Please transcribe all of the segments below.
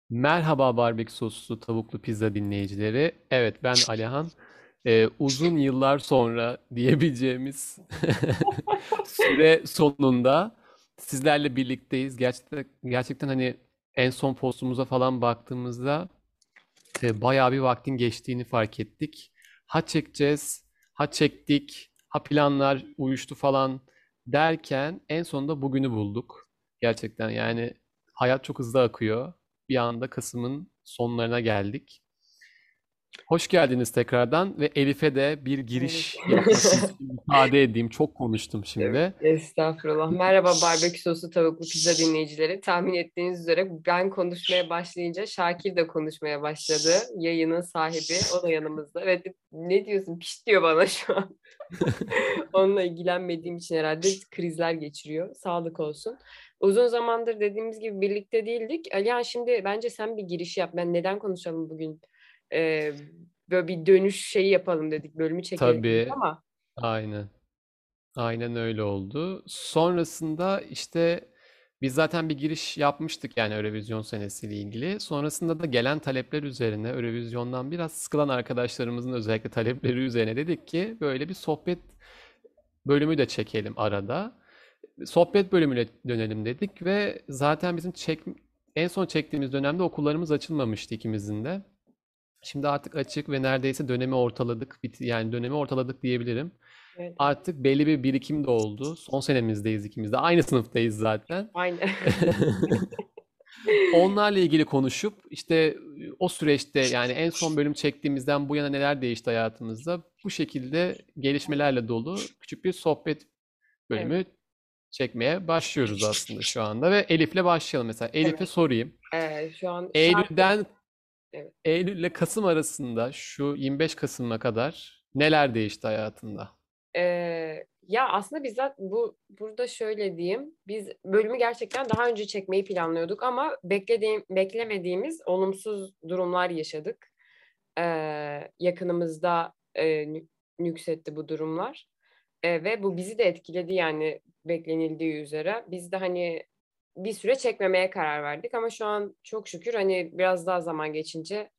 Merhaba barbekü soslu tavuklu pizza dinleyicileri. Evet ben Alihan. Uzun yıllar sonra diyebileceğimiz süre sonunda sizlerle birlikteyiz. Gerçekten hani en son postumuza falan baktığımızda bayağı bir vaktin geçtiğini fark ettik. Ha çekeceğiz, ha çektik, ha planlar uyuştu falan derken en sonunda bugünü bulduk. Gerçekten yani hayat çok hızlı akıyor. Bir anda Kasım'ın sonlarına geldik. Hoş geldiniz tekrardan ve Elif'e de bir Evet. giriş yapması için müsaade edeyim. Çok konuştum şimdi. Estağfurullah. Merhaba barbekü soslu tavuklu pizza dinleyicileri. Tahmin ettiğiniz üzere ben konuşmaya başlayınca Şakir de konuşmaya başladı. Yayının sahibi. O da yanımızda. Evet, ne diyorsun? Piş diyor bana şu an. Onunla ilgilenmediğim için herhalde krizler geçiriyor. Sağlık olsun. Uzun zamandır dediğimiz gibi birlikte değildik. Alihan, şimdi bence sen bir giriş yap. Ben neden konuşalım bugün? Ee, Böyle bir dönüş şeyi yapalım dedik. Bölümü çekelim dedik Tabii, ama aynen. Aynen öyle oldu. Sonrasında işte biz zaten bir giriş yapmıştık yani Eurovision senesiyle ilgili. Sonrasında da gelen talepler üzerine Eurovision'dan biraz sıkılan arkadaşlarımızın özellikle talepleri üzerine dedik ki böyle bir sohbet bölümü de çekelim arada. Sohbet bölümüne dönelim dedik ve zaten en son çektiğimiz dönemde okullarımız açılmamıştı ikimizin de. Şimdi artık açık ve neredeyse dönemi ortaladık. Yani dönemi ortaladık diyebilirim. evet, evet. Artık belli bir birikim de oldu. Son senemizdeyiz ikimiz de. Aynı sınıftayız zaten. Aynen. Onlarla ilgili konuşup işte o süreçte yani en son bölüm çektiğimizden bu yana neler değişti hayatımızda bu şekilde gelişmelerle dolu küçük bir sohbet Evet, bölümü çekmeye başlıyoruz aslında şu anda ve Elif'le başlayalım mesela. Elif'e evet. sorayım. Şu an şarkı. Eylül'den Evet. Eylül ile Kasım arasında şu 25 Kasım'a kadar neler değişti hayatında? Ya aslında bizzat burada şöyle diyeyim. Biz bölümü gerçekten daha önce çekmeyi planlıyorduk ama beklemediğimiz olumsuz durumlar yaşadık. Yakınımızda nüksetti bu durumlar. Ve bu bizi de etkiledi, yani beklenildiği üzere. Biz de hani bir süre çekmemeye karar verdik ama şu an çok şükür hani biraz daha zaman geçince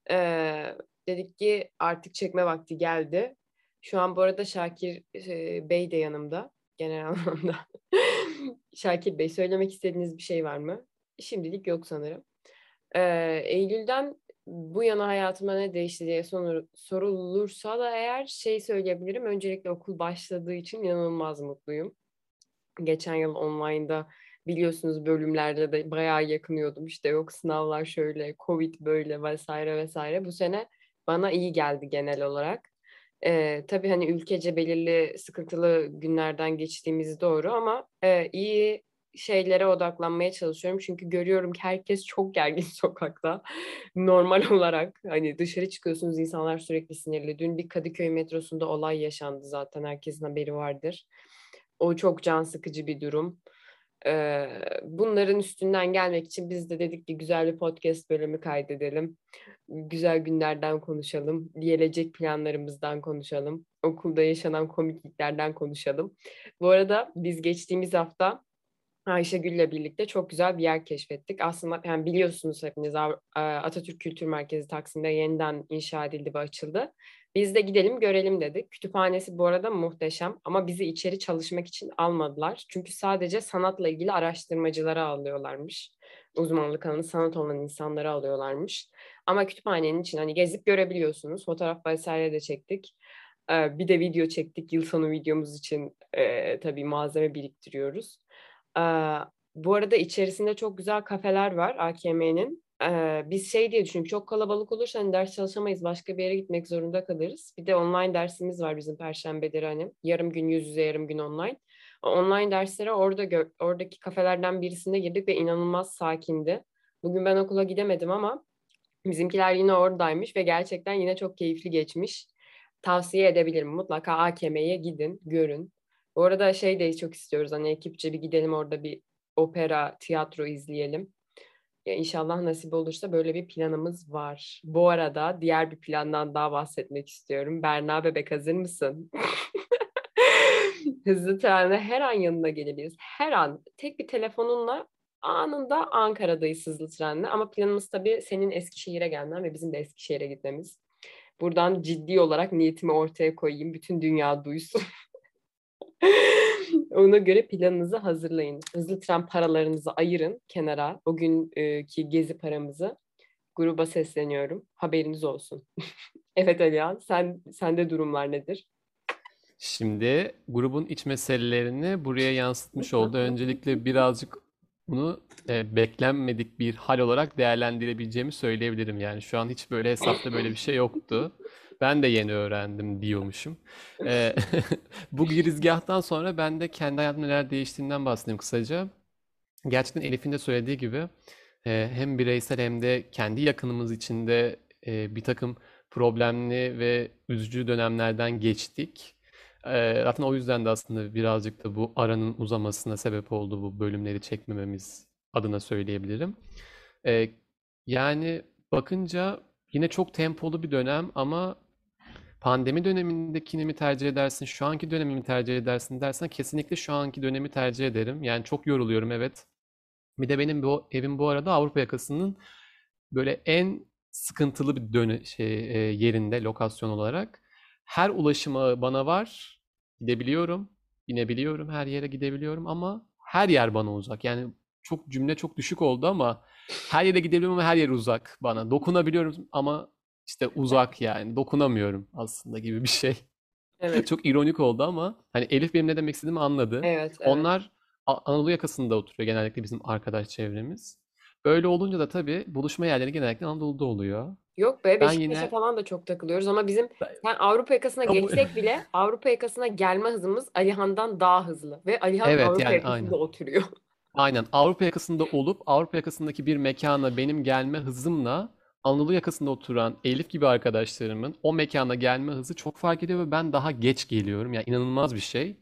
dedik ki artık çekme vakti geldi. Şu an bu arada Şakir Bey de yanımda genel anlamda. Şakir Bey, söylemek istediğiniz bir şey var mı? Şimdilik yok sanırım. Eylül'den bu yana hayatıma ne değişti diye sorulursa da eğer şey söyleyebilirim. Öncelikle okul başladığı için inanılmaz mutluyum. Geçen yıl online'da biliyorsunuz bölümlerde de bayağı yakınıyordum. İşte yok sınavlar şöyle, Covid böyle vesaire vesaire. Bu sene bana iyi geldi genel olarak. Tabii hani ülkece belirli sıkıntılı günlerden geçtiğimiz doğru ama iyi şeylere odaklanmaya çalışıyorum. Çünkü görüyorum ki herkes çok gergin sokakta. Normal olarak hani dışarı çıkıyorsunuz, insanlar sürekli sinirli. Dün bir Kadıköy metrosunda olay yaşandı, zaten herkesin haberi vardır. O çok can sıkıcı bir durum. Bunların üstünden gelmek için biz de dedik ki güzel bir podcast bölümü kaydedelim. Güzel günlerden konuşalım. Gelecek planlarımızdan konuşalım. Okulda yaşanan komikliklerden konuşalım. Bu arada biz geçtiğimiz hafta Ayşegül'le birlikte çok güzel bir yer keşfettik. Aslında yani biliyorsunuz hepiniz, Atatürk Kültür Merkezi Taksim'de yeniden inşa edildi ve açıldı. Biz de gidelim görelim dedik. Kütüphanesi bu arada muhteşem ama bizi içeri çalışmak için almadılar. Çünkü sadece sanatla ilgili araştırmacıları alıyorlarmış. Uzmanlık alanı sanat olan insanları alıyorlarmış. Ama kütüphanenin için hani gezip görebiliyorsunuz. Fotoğraf vesaire de çektik. Bir de video çektik. Yıl sonu videomuz için tabii malzeme biriktiriyoruz. Ee, Bu arada içerisinde çok güzel kafeler var AKM'nin. Biz şey diye düşündük, çok kalabalık olursa hani ders çalışamayız, başka bir yere gitmek zorunda kalırız. Bir de online dersimiz var bizim Perşembeleri, hani yarım gün yüz yüze yarım gün online. Online derslere oradaki kafelerden birisine girdik ve inanılmaz sakindi. Bugün ben okula gidemedim ama bizimkiler yine oradaymış ve gerçekten yine çok keyifli geçmiş. Tavsiye edebilirim. Mutlaka AKM'ye gidin, görün. Bu arada şey de çok istiyoruz. Hani ekipçe bir gidelim, orada bir opera, tiyatro izleyelim. Ya inşallah nasip olursa böyle bir planımız var. Bu arada diğer bir plandan daha bahsetmek istiyorum. Berna Bebek, hazır mısın? Hızlı trende her an yanına gelebiliriz. Her an tek bir telefonunla Anında Ankara'dayız hızlı trenle. Ama planımız tabii senin Eskişehir'e gelmen ve bizim de Eskişehir'e gitmemiz. Buradan ciddi olarak niyetimi ortaya koyayım. Bütün dünya duysun. Ona göre planınızı hazırlayın. Hızlı tren paralarınızı ayırın kenara. O günkü gezi paramızı. Gruba sesleniyorum. Haberiniz olsun. Evet Alihan, sende durumlar nedir? Şimdi grubun iç meselelerini buraya yansıtmış oldu. Öncelikle birazcık bunu beklenmedik bir hal olarak değerlendirebileceğimi söyleyebilirim. Yani şu an hiç böyle hesapta böyle bir şey yoktu. Ben de yeni öğrendim diyormuşum. E, Bu girizgahtan sonra ben de kendi hayatımda neler değiştiğinden bahsedeyim kısaca. Gerçekten Elif'in de söylediği gibi hem bireysel hem de kendi yakınımız içinde bir takım problemli ve üzücü dönemlerden geçtik. Zaten o yüzden de aslında birazcık da bu aranın uzamasına sebep oldu bu bölümleri çekmememiz adına söyleyebilirim. E, Yani bakınca yine çok tempolu bir dönem ama pandemi dönemindekini mi tercih edersin, şu anki dönemi mi tercih edersin dersen kesinlikle şu anki dönemi tercih ederim. Yani çok yoruluyorum, evet. Bir de benim bu evim bu arada Avrupa yakasının böyle en sıkıntılı bir yerinde lokasyon olarak. Her ulaşım ağı bana var. Gidebiliyorum, binebiliyorum, her yere gidebiliyorum ama her yer bana uzak. Yani çok cümle çok düşük oldu ama her yere gidebiliyorum ama her yer uzak bana. Dokunabiliyorum ama işte uzak yani. Dokunamıyorum aslında gibi bir şey. Evet, Çok ironik oldu ama hani Elif benim ne demek istediğimi anladı. evet, evet. Onlar Anadolu yakasında oturuyor genellikle bizim arkadaş çevremiz. Böyle olunca da tabii buluşma yerleri genellikle Anadolu'da oluyor. Yok be, Ben Beşiktaş'a yine falan da çok takılıyoruz ama bizim sen Avrupa yakasına Kamu- geçsek bile Avrupa yakasına gelme hızımız Alihan'dan daha hızlı ve Alihan evet Avrupa yani yakasında aynen. oturuyor. Aynen Avrupa yakasında olup Avrupa yakasındaki bir mekana benim gelme hızımla Anadolu yakasında oturan Elif gibi arkadaşlarımın o mekana gelme hızı çok fark ediyor ve ben daha geç geliyorum. Yani inanılmaz bir şey.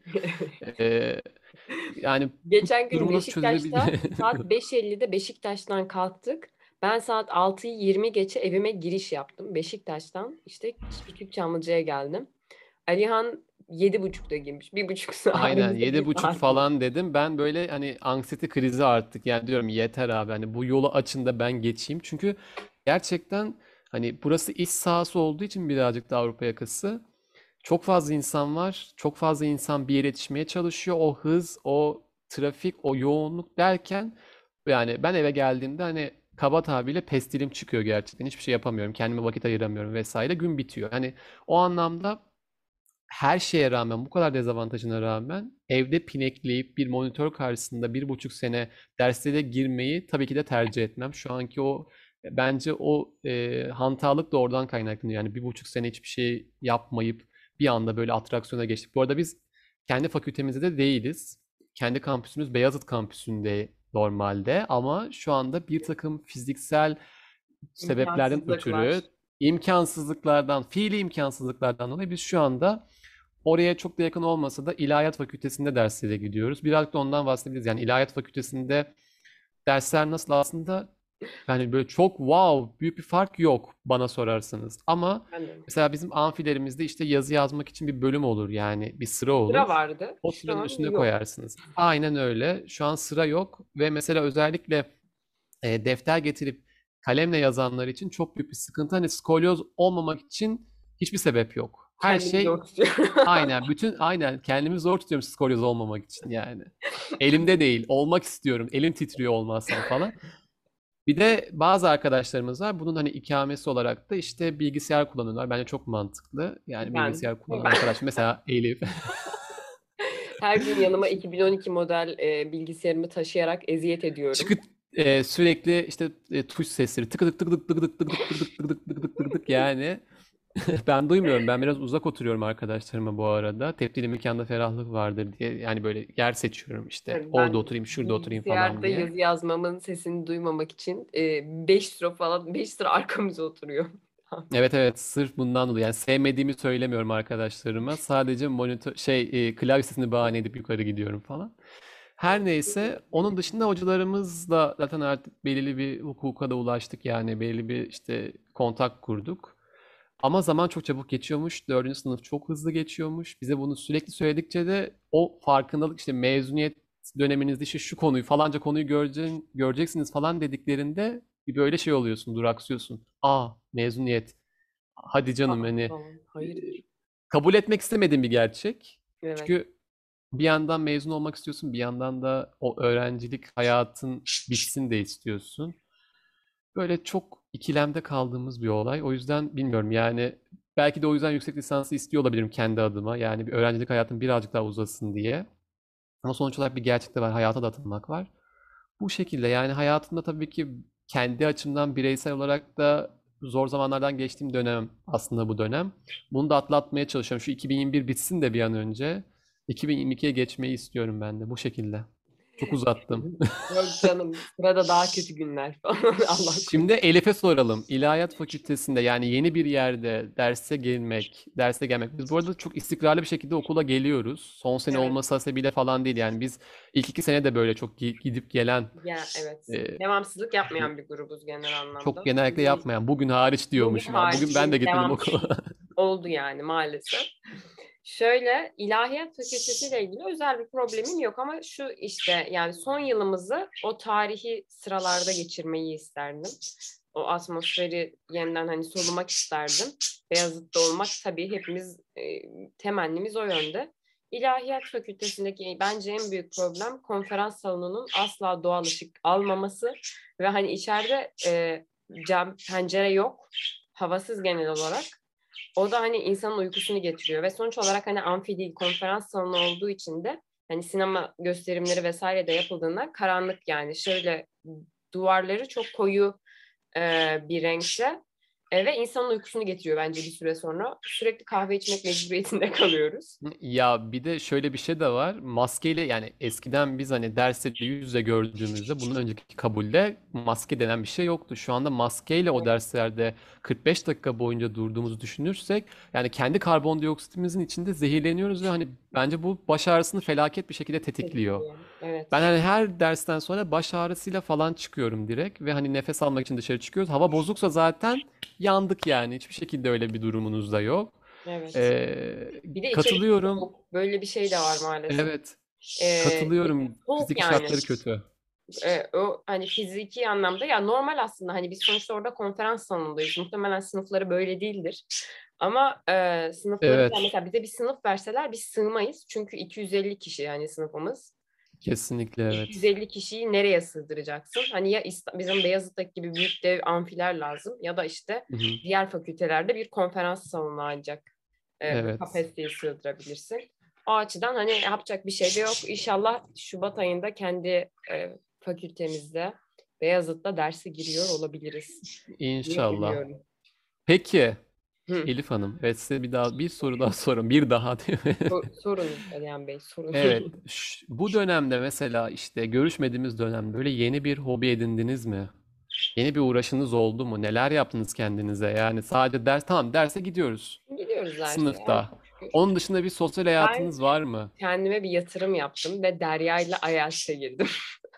Ee, Yani bu Geçen gün durumu nasıl Beşiktaş'ta çözülebilir? saat 5.50'de Beşiktaş'tan kalktık. Ben saat 6'yı 20 geçe evime giriş yaptım. Beşiktaş'tan işte Küçük Çamlıca'ya geldim. Alihan 7.30'da girmiş. 1.5 saat Aynen aramızda yedi bir buçuk saat var. falan dedim. Ben böyle hani anksiyete krizi arttık. Yani diyorum yeter abi hani bu yolu açın da ben geçeyim. Çünkü gerçekten hani burası iç sahası olduğu için birazcık da Avrupa yakası. Çok fazla insan var. Çok fazla insan bir yere yetişmeye çalışıyor. O hız, o trafik, o yoğunluk derken yani ben eve geldiğimde hani kaba tabirle pestilim çıkıyor gerçekten. Hiçbir şey yapamıyorum. Kendime vakit ayıramıyorum vesaire. Gün bitiyor. Hani o anlamda her şeye rağmen, bu kadar dezavantajına rağmen evde pinekleyip bir monitör karşısında 1,5 sene derslere girmeyi tabii ki de tercih etmem. Şu anki o bence o hantallık da oradan kaynaklanıyor. Yani 1,5 sene hiçbir şey yapmayıp bir anda böyle atraksiyona geçtik. Bu arada biz kendi fakültemizde de değiliz. Kendi kampüsümüz Beyazıt kampüsünde normalde ama şu anda bir takım fiziksel sebeplerden ötürü İmkansızlıklar. fiili imkansızlıklardan dolayı biz şu anda oraya çok da yakın olmasa da İlahiyat Fakültesi'nde derslere gidiyoruz. Birazcık da ondan bahsedebiliriz. Yani İlahiyat Fakültesi'nde dersler nasıl aslında yani böyle çok wow büyük bir fark yok bana sorarsanız. Ama Ben de. mesela bizim amfilerimizde işte yazı yazmak için bir bölüm olur yani bir sıra Sıra olur. vardı. O Şu sıranın an üstüne yok. koyarsınız. Aynen öyle. Şu an sıra yok ve mesela özellikle defter getirip kalemle yazanlar için çok büyük bir sıkıntı. Hani skolyoz olmamak için hiçbir sebep yok. Her Kendimi şey zor tutuyorum. aynen kendimi zor tutuyorum skolyoz olmamak için yani. Elimde değil, olmak istiyorum. Elim titriyor olmazsam falan. Bir de bazı arkadaşlarımız var. Bunun hani ikamesi olarak da işte bilgisayar kullanıyorlar. Bence çok mantıklı. Yani Ben. bilgisayar kullanan arkadaş mesela Elif. Her gün yanıma 2012 model bilgisayarımı taşıyarak eziyet ediyorum. Çıkıp sürekli işte tuş sesleri tıkıdık tıkıdık tıkıdık tıkıdık tıkıdık tıkıdık tıkıdık tıkıdık yani. Ben duymuyorum. Ben biraz uzak oturuyorum arkadaşlarıma bu arada. Tepdili mekanda ferahlık vardır diye. Yani böyle yer seçiyorum işte. Evet, Orada ben oturayım, şurada oturayım falan bilgisayarda diye. yazı yazmamın sesini duymamak için 5 sıra falan 5 sıra arkamıza oturuyor. Evet evet sırf bundan dolayı. Yani sevmediğimi söylemiyorum arkadaşlarıma. Sadece klavye sesini bahane edip yukarı gidiyorum falan. Her neyse onun dışında hocalarımızla zaten artık belirli bir hukuka da ulaştık yani belirli bir işte kontak kurduk. Ama zaman çok çabuk geçiyormuş. Dördüncü sınıf çok hızlı geçiyormuş. Bize bunu sürekli söyledikçe de o farkındalık işte mezuniyet döneminizde işte şu konuyu falanca konuyu göreceksiniz falan dediklerinde bir böyle şey oluyorsun, duraksıyorsun. Aa, mezuniyet. Hadi canım Aa, hani falan. Hayırdır? kabul etmek istemediğim bir gerçek. Evet. Çünkü bir yandan mezun olmak istiyorsun, bir yandan da o öğrencilik hayatın bitsin de istiyorsun. Böyle çok ikilemde kaldığımız bir olay. O yüzden bilmiyorum yani belki de o yüzden yüksek lisansı istiyor olabilirim kendi adıma. Yani bir öğrencilik hayatım birazcık daha uzasın diye. Ama sonuç olarak bir gerçek de var, hayata da atılmak var. Bu şekilde yani hayatımda tabii ki kendi açımdan bireysel olarak da zor zamanlardan geçtiğim dönem aslında bu dönem. Bunu da atlatmaya çalışıyorum. Şu 2021 bitsin de bir an önce. 2022'ye geçmeyi istiyorum ben de bu şekilde. Çok uzattım. Yok canım. Sırada daha kötü günler falan. Allah Şimdi korusun. Elif'e soralım. İlahiyat Fakültesinde yani yeni bir yerde derse gelmek. Biz bu arada çok istikrarlı bir şekilde okula geliyoruz. Son sene Evet. olması hasebiyle falan değil. Yani biz ilk 2 sene de böyle çok gidip gelen Ya evet. e, Devamsızlık yapmayan bir grubuz genel çok anlamda. genellikle Bugün yapmayan. Bugün hariç bugün diyormuşum. Ha, hariç bugün ben de bir gitmedim okula. devamsızlık oldu yani maalesef. Şöyle İlahiyat Fakültesiyle ilgili özel bir problemim yok ama şu işte yani son yılımızı o tarihi sıralarda geçirmeyi isterdim. O atmosferi yeniden hani solumak isterdim. Beyazıt'ta olmak tabii hepimiz temennimiz o yönde. İlahiyat Fakültesindeki bence en büyük problem konferans salonunun asla doğal ışık almaması ve hani içeride cam pencere yok. Havasız genel olarak. O da hani insanın uykusunu getiriyor ve sonuç olarak hani amfi değil konferans salonu olduğu için de hani sinema gösterimleri vesaire de yapıldığında karanlık yani şöyle duvarları çok koyu bir renkte ve insanın uykusunu getiriyor bence bir süre sonra. Sürekli kahve içmek mecburiyetinde kalıyoruz. Ya bir de şöyle bir şey de var. Maskeyle yani eskiden biz hani dersleri yüz yüze gördüğümüzde bunun önceki kabulde maske denen bir şey yoktu. Şu anda maskeyle o derslerde 45 dakika boyunca durduğumuzu düşünürsek yani kendi karbondioksitimizin içinde zehirleniyoruz ve hani bence bu baş ağrısını felaket bir şekilde tetikliyor. Tetikliyor. Evet. Ben hani her dersten sonra baş ağrısıyla falan çıkıyorum direkt ve hani nefes almak için dışarı çıkıyoruz. Hava bozuksa zaten yandık yani. Hiçbir şekilde öyle bir durumunuz da yok. Evet. Ee, Bir de içerisi katılıyorum. soğuk. Böyle bir şey de var maalesef. Evet. E, Katılıyorum. soğuk Fiziki yani. şartları kötü. O hani fiziki anlamda ya normal aslında hani biz sonuçta orada konferans salonundayız. Muhtemelen sınıfları böyle değildir. Ama sınıfları yani Evet. mesela bize bir sınıf verseler biz sığmayız. Çünkü 250 kişi yani sınıfımız. Kesinlikle evet. 250 kişiyi nereye sığdıracaksın? Hani ya bizim Beyazıt'taki gibi büyük dev amfiler lazım ya da işte Hı hı. diğer fakültelerde bir konferans salonu ancak bu Evet. kapasiteyi sığdırabilirsin. O açıdan hani yapacak bir şey de yok. İnşallah Şubat ayında kendi fakültemizde Beyazıt'ta derse giriyor olabiliriz diye İnşallah. umuyorum. Peki Hı. Elif Hanım, evet size bir soru daha sorun. Bir daha değil mi? Sorun Alihan Bey, sorun. Evet, bu dönemde mesela işte görüşmediğimiz dönemde böyle yeni bir hobi edindiniz mi? Yeni bir uğraşınız oldu mu? Neler yaptınız kendinize? Yani sadece ders, tamam derse gidiyoruz. Gidiyoruz derse ya Sınıfta. çok şükür. Onun dışında bir sosyal Ben hayatınız var mı? kendime bir yatırım yaptım ve Derya ile IELTS'e girdim.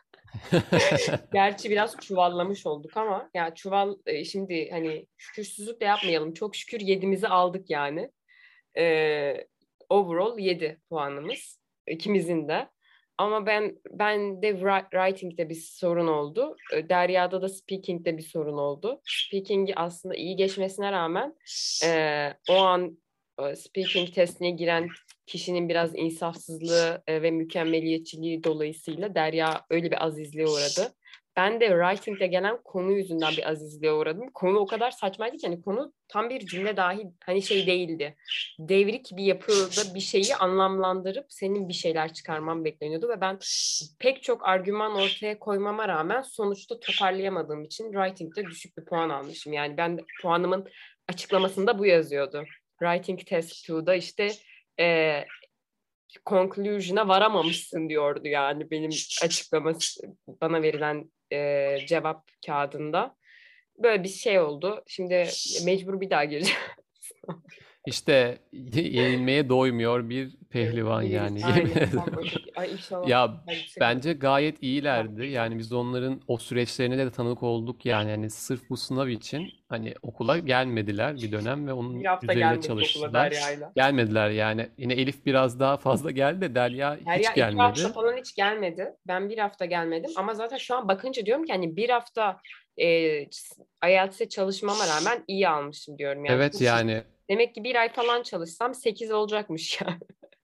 Gerçi biraz çuvallamış olduk ama ya çuval şimdi hani şükürsüzlük de yapmayalım. Çok şükür yedimizi aldık yani. Overall 7 puanımız ikimizin de. Ama ben de writing'de bir sorun oldu. Derya'da da speaking'de bir sorun oldu. Speaking'i aslında iyi geçmesine rağmen o an speaking testine giren kişinin biraz insafsızlığı ve mükemmeliyetçiliği dolayısıyla Derya öyle bir azizliğe uğradı. Ben de writing'de gelen konu yüzünden bir azizliğe uğradım. Konu o kadar saçmaydı ki hani konu tam bir cümle dahi hani şey değildi. Devrik bir yapıda bir şeyi anlamlandırıp senin bir şeyler çıkarman bekleniyordu ve ben pek çok argüman ortaya koymama rağmen sonuçta toparlayamadığım için writing'de düşük bir puan almışım. Yani ben puanımın açıklamasında bu yazıyordu. Writing test 2'da işte e, conclusion'a varamamışsın diyordu yani benim açıklaması bana verilen cevap kağıdında. Böyle bir şey oldu. Şimdi mecbur bir daha gireceğim. İşte yenilmeye doymuyor bir pehlivan yani, yemin Aynen tam o ederim. şekilde. Ay inşallah Ya daha yüksek olur. bence gayet iyilerdi. Yapmışlar. Yani biz onların o süreçlerine de tanık olduk yani. Hani sırf bu sınav için hani okula gelmediler bir dönem ve Bir onun hafta üzerine gelmedik okula çalıştılar. Derya'yla. Gelmediler yani. Yine Elif biraz daha fazla geldi de Derya hiç Derya 2 hafta gelmedi. falan hiç gelmedi. Ben 1 hafta gelmedim. Ama zaten şu an bakınca diyorum ki hani 1 hafta IELTS'e çalışmama rağmen iyi almışım diyorum. Yani Evet çok iyi. yani Demek ki 1 ay falan çalışsam 8 olacakmış yani.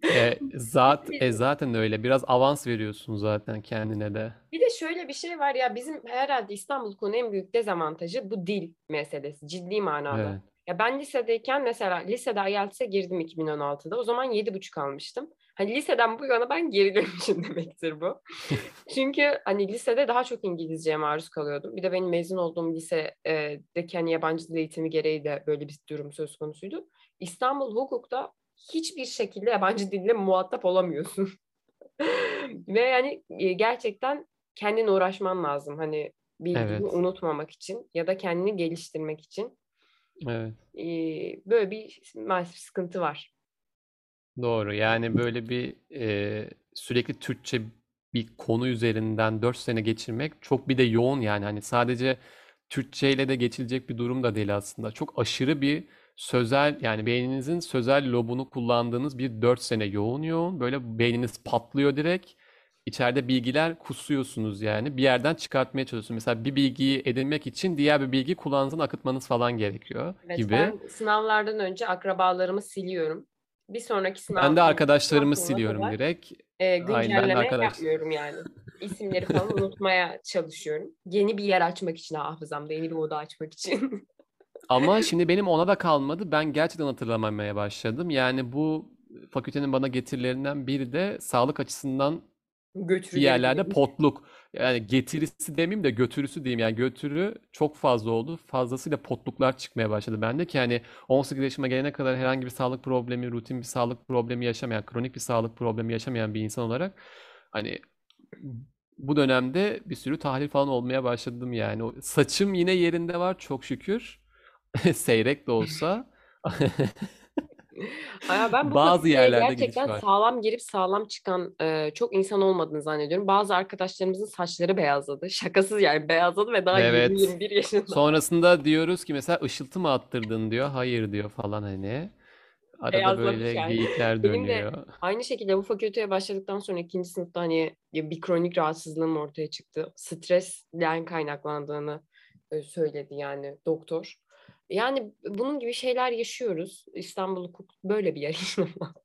zaten öyle. Biraz avans veriyorsun zaten kendine de. Bir de şöyle bir şey var ya bizim herhalde İstanbul Konу'nun en büyük dezavantajı bu dil meselesi ciddi manada. Evet. Ya ben lisedeyken mesela lisede IELTS'e girdim 2016'da. O zaman 7,5 almıştım. Hani liseden bu yana ben geri dönmüşüm demektir bu. Çünkü hani lisede daha çok İngilizceye maruz kalıyordum. Bir de benim mezun olduğum lisedeki hani yabancı dil eğitimi gereği de böyle bir durum söz konusuydu. İstanbul Hukuk'ta hiçbir şekilde yabancı dille muhatap olamıyorsun. Ve yani gerçekten kendin uğraşman lazım. Hani bildiğini Evet. unutmamak için ya da kendini geliştirmek için. Evet. E, Böyle bir maalesef sıkıntı var. Doğru. Yani böyle bir sürekli Türkçe bir konu üzerinden 4 sene geçirmek çok bir de yoğun yani. Hani sadece Türkçe ile de geçilecek bir durum da değil aslında. Çok aşırı bir sözel yani beyninizin sözel lobunu kullandığınız bir 4 sene yoğun yoğun. Böyle beyniniz patlıyor direkt. İçeride bilgiler kusuyorsunuz yani. Bir yerden çıkartmaya çalışıyorsunuz. Mesela bir bilgiyi edinmek için diğer bir bilgiyi kulağınızdan akıtmanız falan gerekiyor Evet, gibi. ben sınavlardan önce akrabalarımı siliyorum. Bir sonraki Ben de sınavdan arkadaşlarımı sonra siliyorum kadar direkt. Aynen ben de güncelleme arkadaş. yapmıyorum yani. İsimleri falan unutmaya çalışıyorum. Yeni bir yer açmak için hafızamda, yeni bir oda açmak için. Ama şimdi benim ona da kalmadı. Ben gerçekten hatırlamamaya başladım. Yani bu fakültenin bana getirilerinden biri de sağlık açısından bir Götürü yerlerde geri. potluk. Yani getirisi demeyeyim de götürüsü diyeyim. Yani götürü çok fazla oldu. Fazlasıyla potluklar çıkmaya başladı bende ki hani 18 yaşıma gelene kadar herhangi bir sağlık problemi, rutin bir sağlık problemi yaşamayan, kronik bir sağlık problemi yaşamayan bir insan olarak hani bu dönemde bir sürü tahlil falan olmaya başladım yani. Saçım yine yerinde var çok şükür. Seyrek de olsa. Aya ben bu Bazı fakülteye yerlerde gidiş gerçekten var. sağlam girip sağlam çıkan çok insan olmadığını zannediyorum. Bazı arkadaşlarımızın saçları beyazladı. Şakasız yani beyazladı ve daha Evet. 20-21 yaşında. Sonrasında diyoruz ki mesela ışıltı mı attırdın diyor. Hayır diyor falan hani. Arada Beyazlamış böyle yani. geyikler Benim de dönüyor. aynı şekilde bu fakülteye başladıktan sonra 2. sınıfta hani bir kronik rahatsızlığım ortaya çıktı. Stresten kaynaklandığını söyledi yani doktor. Yani bunun gibi şeyler yaşıyoruz. İstanbul Hukuk böyle bir yer.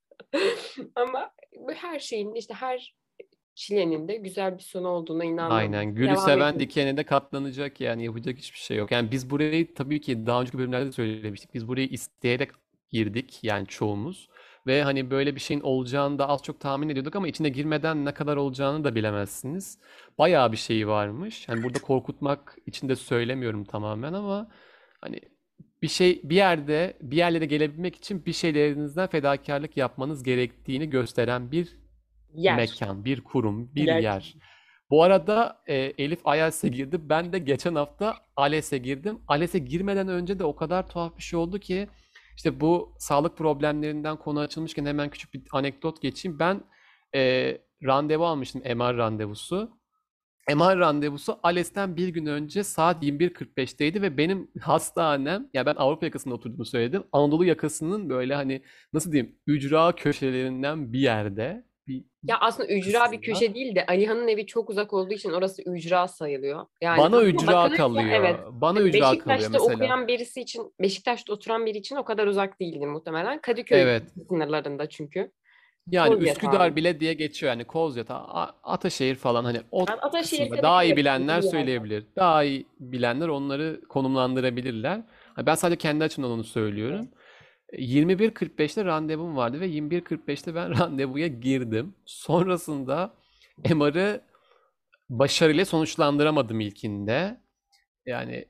Ama bu her şeyin işte her çilenin de güzel bir sonu olduğuna inandığım Aynen. için Gülü devam seven ediyorum. dikene de katlanacak yani yapacak hiçbir şey yok. Yani biz burayı tabii ki daha önceki bölümlerde de söylemiştik. Biz burayı isteyerek girdik yani çoğumuz. Ve hani böyle bir şeyin olacağını da az çok tahmin ediyorduk ama içine girmeden ne kadar olacağını da bilemezsiniz. Bayağı bir şey varmış. Hani burada korkutmak için de söylemiyorum tamamen ama hani bir şey bir yerde bir yerlere gelebilmek için bir şeylerinizden fedakarlık yapmanız gerektiğini gösteren bir Yer. mekan, bir kurum, bir yer. Gerçekten. Bu arada Elif IELTS'e girdi. Ben de geçen hafta ALES'e girdim. ALES'e girmeden önce de o kadar tuhaf bir şey oldu ki işte bu sağlık problemlerinden konu açılmışken hemen küçük bir anekdot geçeyim. Ben randevu almıştım, MR randevusu. MR randevusu ALES'ten bir gün önce saat 21.45'teydi ve benim hastanem, ya ben Avrupa yakasında oturduğumu söyledim. Anadolu yakasının böyle hani nasıl diyeyim ücra köşelerinden bir yerde, bir Ya aslında ücra bir kısmında. köşe değil de Alihan'ın evi çok uzak olduğu için orası ücra sayılıyor. Yani Bana aslında ücra bakılırsa evet. kalıyor. Bana Hani ücra kalıyor Beşiktaş'ta mesela. okuyan birisi için, Beşiktaş'ta oturan biri için o kadar uzak değildir muhtemelen. Kadıköy Evet. sınırlarında çünkü. Yani Üsküdar Kozyatağı'nda. bile diye geçiyor yani Kozyatağı, Ataşehir falan hani o Yani Ataşehir kısımda daha Kadıköy iyi arasında bilenler bir yerde. söyleyebilir. Daha iyi bilenler onları konumlandırabilirler. Ha, ben sadece kendi açımdan onu Evet. söylüyorum. 21.45'te randevum vardı ve 21.45'te ben randevuya girdim. Sonrasında MR'ı başarıyla sonuçlandıramadım ilkinde. Yani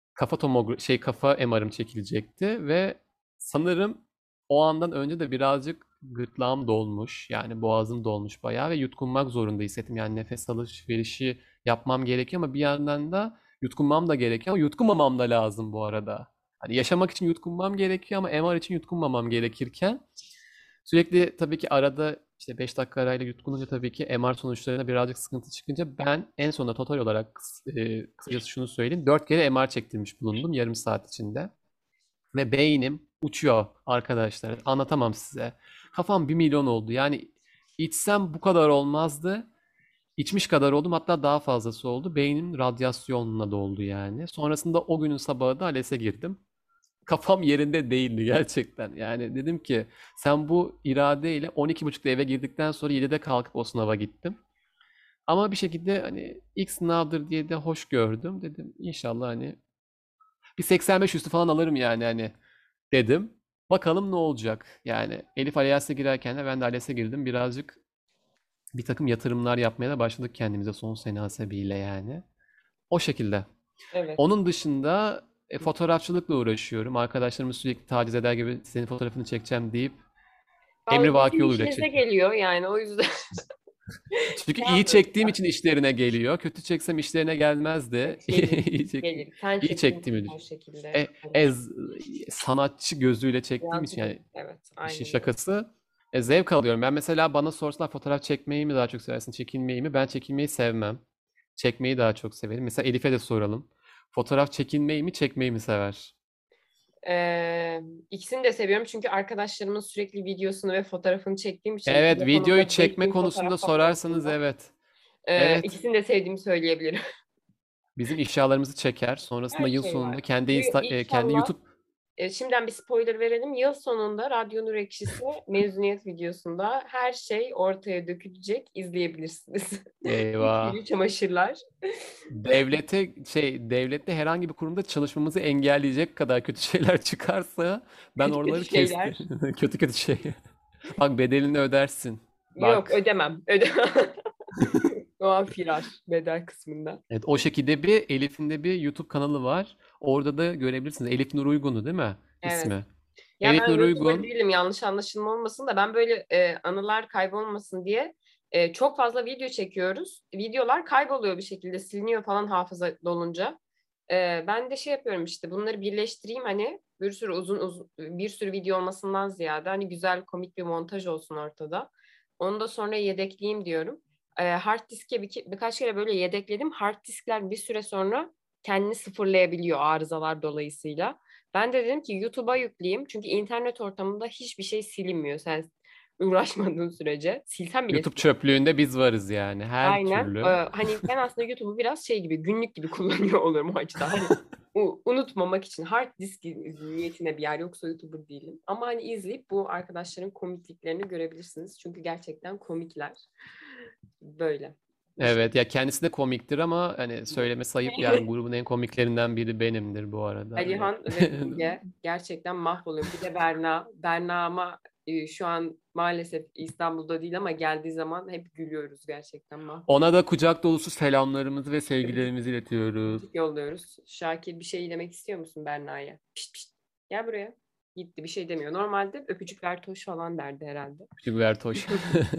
kafa MR'ım çekilecekti ve sanırım o andan önce de birazcık gırtlağım dolmuş. Yani boğazım dolmuş bayağı ve yutkunmak zorunda hissettim. Yani nefes alışverişi yapmam gerekiyor ama bir yandan da yutkunmam da gerekiyor ama yutkunmamam da lazım bu arada. Hani yaşamak için yutkunmam gerekiyor ama MR için yutkunmamam gerekirken sürekli tabii ki arada işte 5 dakika arayla yutkununca tabii ki MR sonuçlarına birazcık sıkıntı çıkınca ben en sonunda total olarak kısacası şunu söyleyeyim. 4 kere MR çektirmiş bulundum yarım saat içinde. Ve beynim uçuyor arkadaşlar. Anlatamam size. Kafam 1 milyon oldu. Yani içsem bu kadar olmazdı. İçmiş kadar oldum. Hatta daha fazlası oldu. Beynim radyasyonla doldu yani. Sonrasında o günün sabahı da ALES'e girdim. Kafam yerinde değildi gerçekten. Yani dedim ki sen bu iradeyle 12.30'da eve girdikten sonra 7'de kalkıp o sınava gittim. Ama bir şekilde hani ilk sınavdır diye de hoş gördüm. Dedim inşallah hani bir 85 üstü falan alırım yani hani dedim. Bakalım ne olacak. Yani Elif ALES'e girerken de ben de ALES'e girdim. Birazcık bir takım yatırımlar yapmaya da başladık kendimize son sene hasebiyle yani. O şekilde. Evet. Onun dışında fotoğrafçılıkla uğraşıyorum. Arkadaşlarımız sürekli taciz eder gibi senin fotoğrafını çekeceğim deyip Vallahi emrivaki bizim yoluyla işinize çekiyor. geliyor yani o yüzden Çünkü ne iyi yapıyoruz çektiğim ya? için işlerine geliyor. Kötü çeksem işlerine gelmezdi. Gelir, İyi çektim. gelir. Sen İyi çektiğin çektiğimi her düşün. şekilde E, gelir. ez, sanatçı gözüyle çektiğim için Yansıdı. yani Evet, işin aynen öyle. şakası. Zevk alıyorum. Ben mesela bana sorsalar fotoğraf çekmeyi mi daha çok seversin, çekilmeyi mi? Ben çekilmeyi sevmem. Çekmeyi daha çok severim. Mesela Elif'e de soralım. Fotoğraf çekilmeyi mi, çekmeyi mi sever? Ee, ikisini de seviyorum çünkü arkadaşlarımın sürekli videosunu ve fotoğrafını çektiğim için Evet, videoyu telefonumda çekme 5000 konusunda fotoğraf kaplar sorarsanız aslında. evet. Evet. İkisini de sevdiğimi söyleyebilirim. Bizim ifşalarımızı çeker. Her Sonrasında yıl şey var. sonunda kendi kendi İnşallah YouTube şimdiden bir spoiler verelim. Yıl sonunda Radyo Nur Ekşisi mezuniyet videosunda her şey ortaya dökülecek. İzleyebilirsiniz. eyvah. Kirli çamaşırlar. Devlette herhangi bir kurumda çalışmamızı engelleyecek kadar kötü şeyler çıkarsa ben Kötü kötü oraları kestim. şeyler. Kötü kötü şey. Bak bedelini ödersin. Yok Bak. ödemem. Ödemem. O an firar bedel kısmında. Evet, o şekilde bir Elif'in de bir YouTube kanalı var. Orada da görebilirsiniz. Elif Nur Uygun'u değil mi Evet. ismi? Ya Elif ben Nur YouTuber Uygun. değilim yanlış anlaşılma olmasın da ben böyle anılar kaybolmasın diye çok fazla video çekiyoruz. Videolar kayboluyor bir şekilde siliniyor falan hafıza dolunca. Ben de şey yapıyorum işte bunları birleştireyim hani bir sürü uzun bir sürü video olmasından ziyade hani güzel komik bir montaj olsun ortada. Onu da sonra yedekleyeyim diyorum. Hard diske birkaç kere böyle yedekledim. Hard diskler bir süre sonra kendini sıfırlayabiliyor arızalar dolayısıyla. Ben de dedim ki YouTube'a yükleyeyim. Çünkü internet ortamında hiçbir şey silinmiyor. Sen uğraşmadığın sürece. Silsen bile YouTube silinmiyor. çöplüğünde biz varız yani her Aynen. türlü. Hani ben aslında YouTube'u biraz şey gibi günlük gibi kullanıyor olurum o açıdan. Hani unutmamak için hard disk niyetine bir yer yoksa YouTuber değilim. Ama hani izleyip bu arkadaşların komikliklerini görebilirsiniz. Çünkü gerçekten komikler. Böyle. Bir şey. Evet ya kendisi de komiktir ama hani söylemesi ayıp yani grubun en komiklerinden biri benimdir bu arada. Hani Alihan ve Simge gerçekten mahvoluyorum. Bir de Berna. Berna ama şu an maalesef İstanbul'da değil ama geldiği zaman hep gülüyoruz gerçekten ona mahvoluyorum. da kucak dolusu selamlarımızı ve sevgilerimizi iletiyoruz. Öpücük yolluyoruz. Şakir bir şey demek istiyor musun Berna'ya? Pişt pişt. Gel buraya. Gitti bir şey demiyor. Normalde öpücük Bertoş falan derdi herhalde. Küçük Bertoş.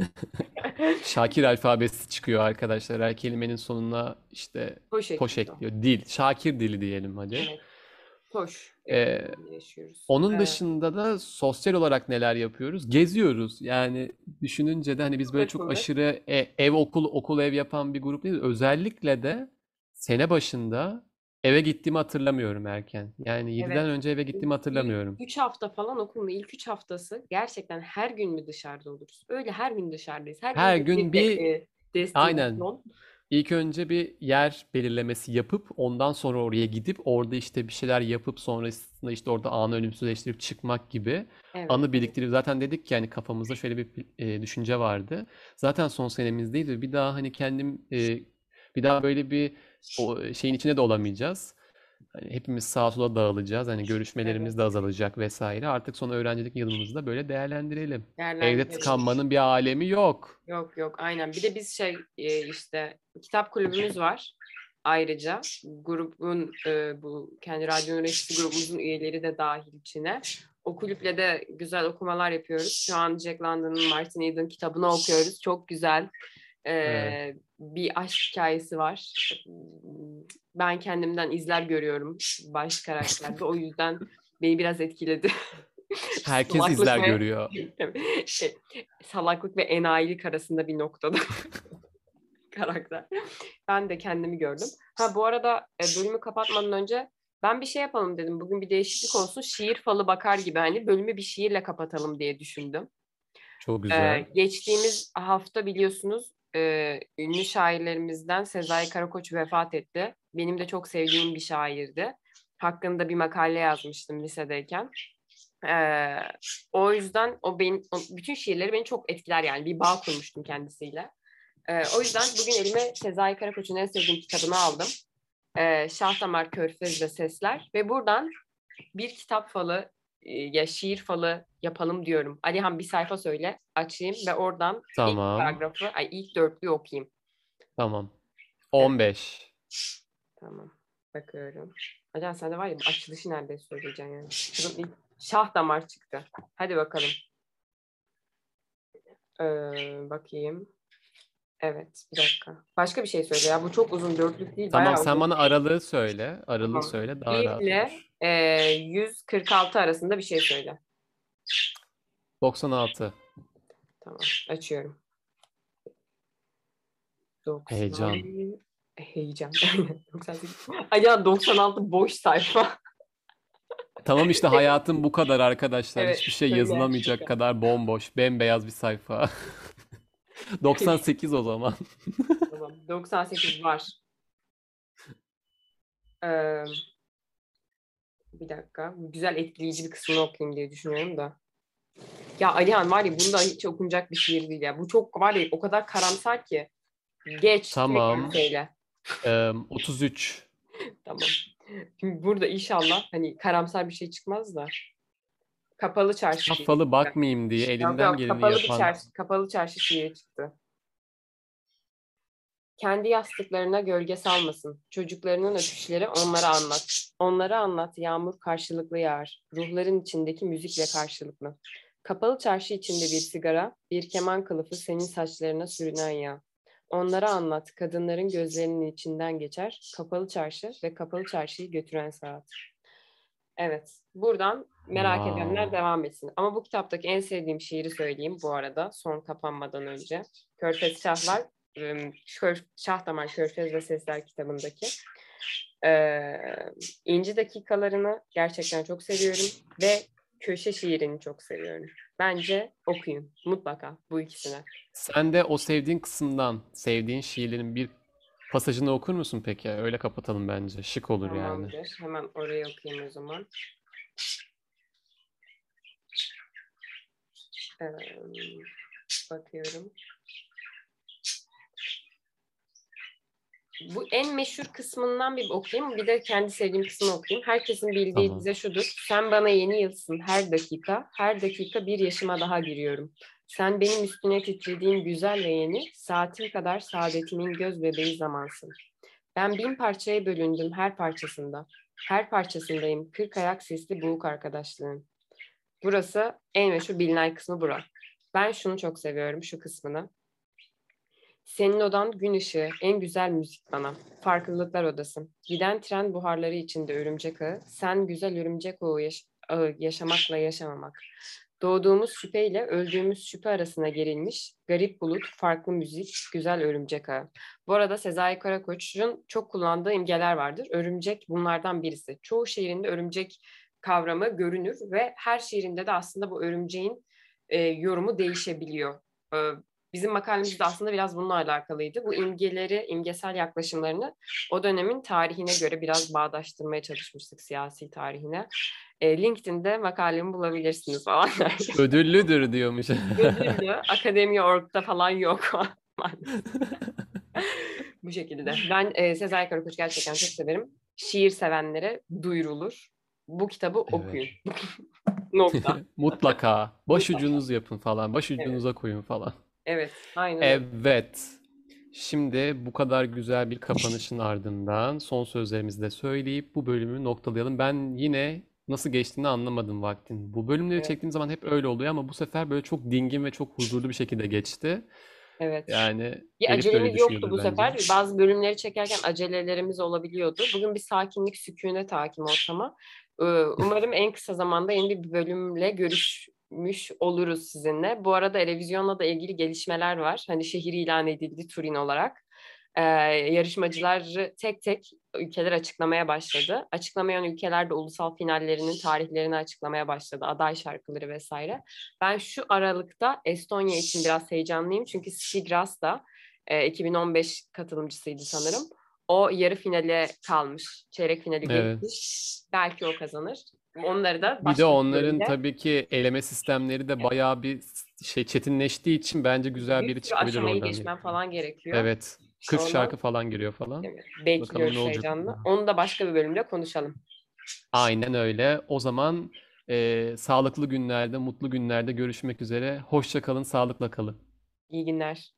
Şakir alfabesi çıkıyor arkadaşlar. Her kelimenin sonuna işte Hoş toş ekliyor. ekliyor. Dil. Şakir dili diyelim hadi. Evet. Hoş Ee, ekliyor yaşıyoruz. Onun dışında da sosyal olarak neler yapıyoruz? Geziyoruz. Yani düşününce de hani biz böyle çok Takılır. aşırı ev okul ev yapan bir grup değiliz. Özellikle de sene başında eve gittiğimi hatırlamıyorum erken. Yani 7'den Evet. önce eve gittiğimi İlk hatırlamıyorum. 3 hafta falan okulun ilk 3 haftası gerçekten her gün mü dışarıda oluruz? Öyle her gün dışarıdayız. Her Her gün gün bir bir aynen destinasyon. İlk önce bir yer belirlemesi yapıp ondan sonra oraya gidip orada işte bir şeyler yapıp sonrasında işte orada anı ölümsüzleştirip çıkmak gibi Evet, anı evet, biriktirip zaten dedik ki yani kafamızda şöyle bir düşünce vardı. Zaten son senemizdeyiz ve bir daha hani bir daha böyle bir o şeyin içine de olamayacağız. Hani hepimiz sağa sola dağılacağız. Hani görüşmelerimiz de evet. azalacak vesaire. Artık son öğrencilik yılımızı da böyle değerlendirelim. Evde Değerlendirelim. tıkanmanın bir alemi yok. Yok yok aynen. Bir de biz işte kitap kulübümüz var. Ayrıca grubun bu kendi radyo üreticisi grubumuzun üyeleri de dahil içine. O kulüple de güzel okumalar yapıyoruz. Şu an Jack London'ın Martin Eden kitabını okuyoruz. Çok güzel. Evet. Bir aşk hikayesi var. Ben kendimden izler görüyorum baş karakterde. O yüzden beni biraz etkiledi. Herkes Salaklık izler ve görüyor. salaklık ve enayilik arasında bir noktada karakter. Ben de kendimi gördüm. Ha bu arada bölümü kapatmadan önce ben bir şey yapalım dedim. Bugün bir değişiklik olsun. Şiir falı bakar gibi hani bölümü bir şiirle kapatalım diye düşündüm. Çok güzel. Geçtiğimiz hafta biliyorsunuz ünlü şairlerimizden Sezai Karakoç vefat etti. Benim de çok sevdiğim bir şairdi. Hakkında bir makale yazmıştım lisedeyken. Ee, O yüzden bütün şiirleri beni çok etkiler yani. Bir bağ kurmuştum kendisiyle. O yüzden bugün elime Sezai Karakoç'un en sevdiğim kitabını aldım. Şah Damar Körfez'de Sesler ve buradan bir kitap falı ya şiir falı yapalım diyorum. Alihan bir sayfa söyle, açayım ve oradan ilk Tamam. paragrafı, ilk dörtlüğü okuyayım. Tamam. Evet, 15. tamam. Bakıyorum. Alihan sen de var ya açılışı neredeyse söyleyeceksin yani. Şunun ilk Şah Damar çıktı. Hadi bakalım. Bakayım. Evet, bir dakika. Başka bir şey söyle ya. Bu çok uzun, dörtlük değil, Tamam, bayağı sen uzun. bana aralığı söyle. Aralığı Tamam. söyle, daha 1 rahat ile olur. 146 arasında bir şey söyle. 96. Tamam, açıyorum. 90 Heyecan. heyecan. Aynen 98. Ay ya 96 boş sayfa. Tamam işte, hayatım bu kadar arkadaşlar. Evet, Hiçbir şey şöyle yazılamayacak şaka. kadar bomboş, bembeyaz bir sayfa. 98 o zaman. Tamam, 98 var. Ee, Bir dakika. Güzel etkileyici bir kısmını okuyayım diye düşünüyorum da. Ya Alihan var ya bunda hiç okunacak bir şiir değil ya. Bu çok var ya o kadar karamsar ki. Geç tekrar Tamam. söyle. 33. Tamam. Şimdi burada inşallah hani karamsar bir şey çıkmaz da. Kapalı çarşı Kitap şiiri falı çıktı. bakmayayım diye Yok elinden yok geleni kapalı bir yapan. çarşı, kapalı çarşı şiiri çıktı. Kendi yastıklarına gölge salmasın. Çocuklarının öpüşleri onlara anlat. Onlara anlat yağmur karşılıklı yağar. Ruhların içindeki müzikle karşılıklı. Kapalı çarşı içinde bir sigara, bir keman kılıfı senin saçlarına sürünen yağ. Onlara anlat kadınların gözlerinin içinden geçer. Kapalı çarşı ve kapalı çarşıyı götüren saat. Evet, buradan merak edenler Wow. devam etsin. Ama bu kitaptaki en sevdiğim şiiri söyleyeyim bu arada, son kapanmadan önce. Körfez Şahlar, Şah Damar Körfez ve Sesler kitabındaki. Ee, İnci dakikalarını gerçekten çok seviyorum ve köşe şiirini çok seviyorum. Bence okuyun mutlaka bu ikisini. Sen de o sevdiğin kısımdan, sevdiğin şiirlerin bir pasajını okur musun peki? Öyle kapatalım bence. Şık olur yani. Tamamdır. Hemen orayı okuyayım o zaman. Bakıyorum. Bu en meşhur kısmından bir okuyayım. Bir de kendi sevdiğim kısmını okuyayım. Herkesin bildiği Tamam. dize şudur. Sen bana yeni yılsın her dakika. Her dakika bir yaşıma daha giriyorum. Sen benim üstüne titrediğim güzel ve yeni, saatin kadar saadetimin göz bebeği zamansın. Ben 1000 parçaya bölündüm her parçasında. Her parçasındayım 40 ayak sesli boğuk arkadaşlığın. Burası en meşhur bilinen kısmı bura. Ben şunu çok seviyorum şu kısmını. Senin odan gün ışığı, en güzel müzik bana. Farklılıklar odası. Giden tren buharları içinde örümcek ağı. Sen güzel örümcek ağı yaşamakla yaşamamak. Doğduğumuz şüpheyle öldüğümüz şüphe arasına gerilmiş garip bulut, farklı müzik, güzel örümcek ağı. Bu arada Sezai Karakoç'un çok kullandığı imgeler vardır. Örümcek bunlardan birisi. Çoğu şiirinde örümcek kavramı görünür ve her şiirinde de aslında bu örümceğin yorumu değişebiliyor. Bizim makalemiz de aslında biraz bununla alakalıydı. Bu imgeleri, imgesel yaklaşımlarını o dönemin tarihine göre biraz bağdaştırmaya çalışmıştık, siyasi tarihine. LinkedIn'de makalemi bulabilirsiniz falan. Ödüllüdür diyormuş. Ödüllü, Akademi.org'da falan yok. Bu şekilde. Ben Sezai Karakoç gerçekten çok severim. Şiir sevenlere duyurulur. Bu kitabı Evet. okuyun. Nokta. Mutlaka. Mutlaka. Başucunuzu yapın falan. Evet. Başucunuza koyun falan. Evet. Aynen öyle. Evet. Şimdi bu kadar güzel bir kapanışın ardından son sözlerimizi de söyleyip bu bölümü noktalayalım. Ben yine nasıl geçtiğini anlamadım vaktin. Bu bölümleri Evet. çektiğim zaman hep öyle oluyor ama bu sefer böyle çok dingin ve çok huzurlu bir şekilde geçti. Evet. Yani Bir Elif de öyle acelemiz yoktu düşünüyordur bu bence. sefer. Bazı bölümleri çekerken acelelerimiz olabiliyordu. Bugün bir sakinlik, sükunet hakim ortama. Umarım en kısa zamanda yeni bir bölümle görüşmüş oluruz sizinle. Bu arada Eurovision'la da ilgili gelişmeler var. Hani şehir ilan edildi Turin olarak. Yarışmacıları tek tek ülkeler açıklamaya başladı. Açıklamayan ülkeler de ulusal finallerinin tarihlerini açıklamaya başladı. Aday şarkıları vesaire. Ben şu aralıkta Estonya için biraz heyecanlıyım. Çünkü Sigras da 2015 katılımcısıydı sanırım. O yarı finale kalmış. Çeyrek finali Evet. geçmiş. Belki o kazanır. Onları da Bir de başka bir onların bölümde tabii ki eleme sistemleri de bayağı bir çetinleştiği için bence güzel bir biri sürü çıkabilir aşamayı oradan ya. geçmen falan gerekiyor. Evet. 40 Ondan şarkı falan giriyor falan. evet, Bakalım ne bekliyoruz olacak. heyecanla. Onu da başka bir bölümde konuşalım. Aynen öyle. O zaman sağlıklı günlerde, mutlu günlerde görüşmek üzere. Hoşça kalın, sağlıkla kalın. İyi günler.